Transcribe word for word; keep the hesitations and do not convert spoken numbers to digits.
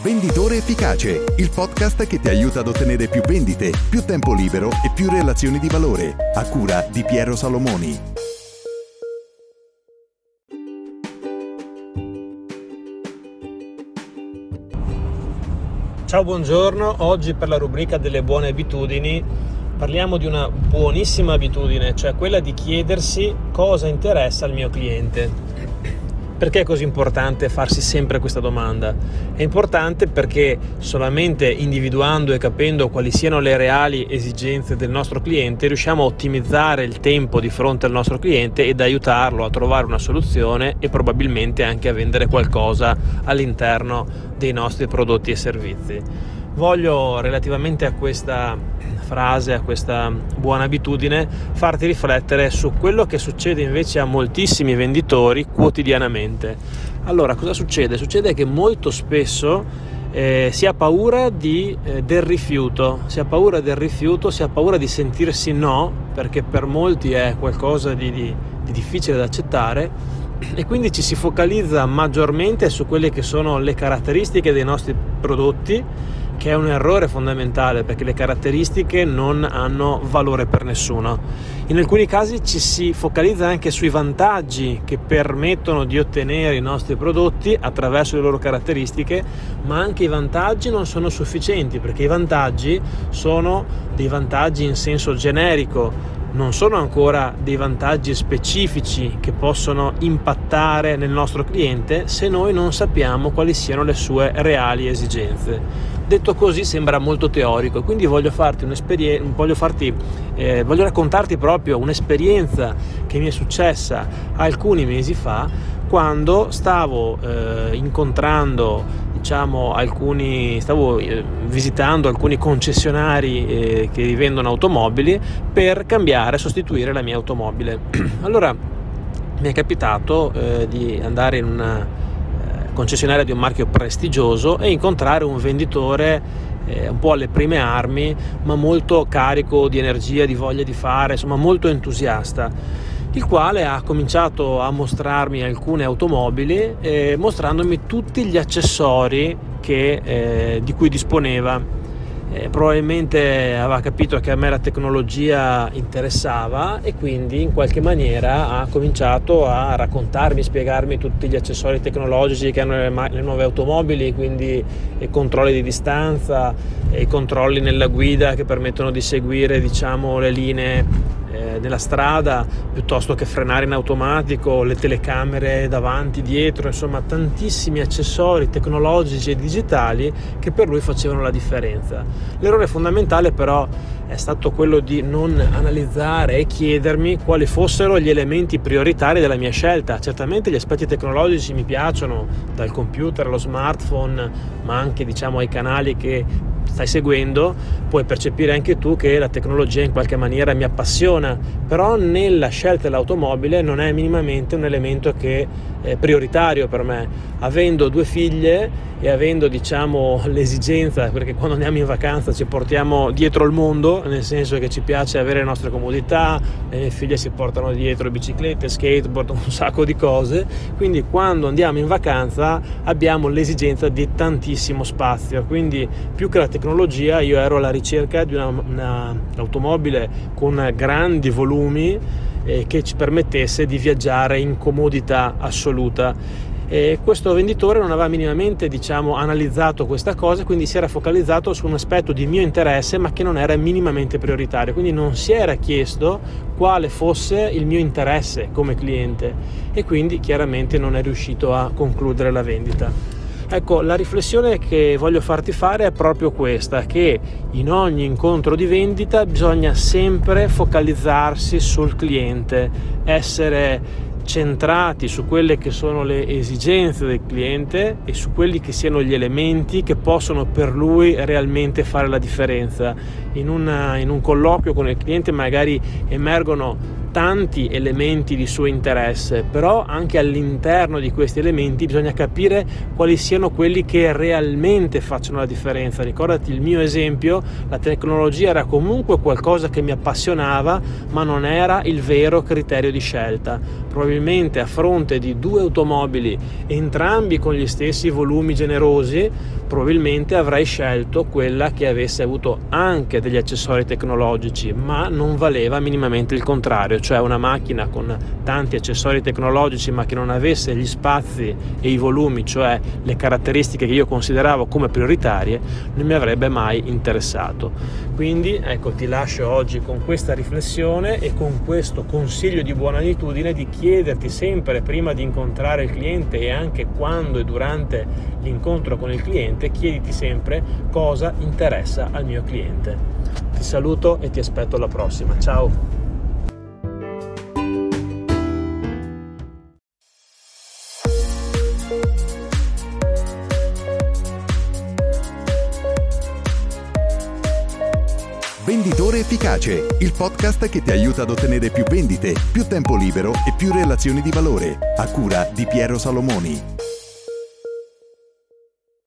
Venditore Efficace, il podcast che ti aiuta ad ottenere più vendite, più tempo libero e più relazioni di valore, a cura di Piero Salomoni. Ciao, buongiorno. Oggi per la rubrica delle buone abitudini parliamo di una buonissima abitudine, cioè quella di chiedersi cosa interessa al mio cliente. Perché è così importante farsi sempre questa domanda? È importante perché solamente individuando e capendo quali siano le reali esigenze del nostro cliente riusciamo a ottimizzare il tempo di fronte al nostro cliente ed aiutarlo a trovare una soluzione e probabilmente anche a vendere qualcosa all'interno dei nostri prodotti e servizi. Voglio, relativamente a questa frase, a questa buona abitudine, farti riflettere su quello che succede invece a moltissimi venditori quotidianamente. Allora, cosa succede? Succede che molto spesso eh, si ha paura di, eh, del rifiuto, si ha paura del rifiuto, si ha paura di sentirsi no, perché per molti è qualcosa di, di, di difficile da accettare, e quindi ci si focalizza maggiormente su quelle che sono le caratteristiche dei nostri prodotti, che è un errore fondamentale perché le caratteristiche non hanno valore per nessuno. In alcuni casi ci si focalizza anche sui vantaggi che permettono di ottenere i nostri prodotti attraverso le loro caratteristiche, ma anche i vantaggi non sono sufficienti perché i vantaggi sono dei vantaggi in senso generico, non sono ancora dei vantaggi specifici che possono impattare nel nostro cliente se noi non sappiamo quali siano le sue reali esigenze. Detto così sembra molto teorico, quindi voglio farti un'esperienza, voglio farti, eh, voglio raccontarti proprio un'esperienza che mi è successa alcuni mesi fa, quando stavo eh, incontrando, diciamo, alcuni, stavo eh, visitando alcuni concessionari eh, che vendono automobili per cambiare, sostituire la mia automobile. Allora mi è capitato eh, di andare in una concessionaria di un marchio prestigioso e incontrare un venditore eh, un po' alle prime armi, ma molto carico di energia, di voglia di fare, insomma molto entusiasta, il quale ha cominciato a mostrarmi alcune automobili eh, mostrandomi tutti gli accessori che, eh, di cui disponeva. Eh, probabilmente aveva capito che a me la tecnologia interessava e quindi in qualche maniera ha cominciato a raccontarmi, spiegarmi tutti gli accessori tecnologici che hanno le, ma- le nuove automobili, quindi i controlli di distanza, i controlli nella guida che permettono di seguire, diciamo, le linee nella strada piuttosto che frenare in automatico, le telecamere davanti, dietro, insomma tantissimi accessori tecnologici e digitali che per lui facevano la differenza. L'errore fondamentale però è stato quello di non analizzare e chiedermi quali fossero gli elementi prioritari della mia scelta. Certamente gli aspetti tecnologici mi piacciono, dal computer allo smartphone, ma anche, diciamo, ai canali che stai seguendo, puoi percepire anche tu che la tecnologia in qualche maniera mi appassiona, però nella scelta dell'automobile non è minimamente un elemento che è prioritario per me. Avendo due figlie e avendo, diciamo, l'esigenza, perché quando andiamo in vacanza ci portiamo dietro il mondo, nel senso che ci piace avere le nostre comodità, le mie figlie si portano dietro biciclette, skateboard, un sacco di cose, quindi quando andiamo in vacanza abbiamo l'esigenza di tantissimo spazio, quindi più che la tecnologia io ero alla ricerca di una, una automobile con grandi volumi eh, che ci permettesse di viaggiare in comodità assoluta. E questo venditore non aveva minimamente, diciamo, analizzato questa cosa, quindi si era focalizzato su un aspetto di mio interesse ma che non era minimamente prioritario, quindi non si era chiesto quale fosse il mio interesse come cliente e quindi chiaramente non è riuscito a concludere la vendita. Ecco, la riflessione che voglio farti fare è proprio questa, che in ogni incontro di vendita bisogna sempre focalizzarsi sul cliente, essere centrati su quelle che sono le esigenze del cliente e su quelli che siano gli elementi che possono per lui realmente fare la differenza. In, una, in un colloquio con il cliente magari emergono tanti elementi di suo interesse, però anche all'interno di questi elementi bisogna capire quali siano quelli che realmente facciano la differenza. Ricordati il mio esempio: la tecnologia era comunque qualcosa che mi appassionava, ma non era il vero criterio di scelta. Probabilmente a fronte di due automobili, entrambi con gli stessi volumi generosi, probabilmente avrei scelto quella che avesse avuto anche degli accessori tecnologici, ma non valeva minimamente il contrario, cioè una macchina con tanti accessori tecnologici ma che non avesse gli spazi e i volumi, cioè le caratteristiche che io consideravo come prioritarie, non mi avrebbe mai interessato. Quindi ecco, ti lascio oggi con questa riflessione e con questo consiglio di buona abitudine di chiederti sempre, prima di incontrare il cliente e anche quando e durante l'incontro con il cliente, chiediti sempre cosa interessa al mio cliente. Ti saluto e ti aspetto alla prossima. Ciao! Venditore Efficace, il podcast che ti aiuta ad ottenere più vendite, più tempo libero e più relazioni di valore, a cura di Piero Salomoni.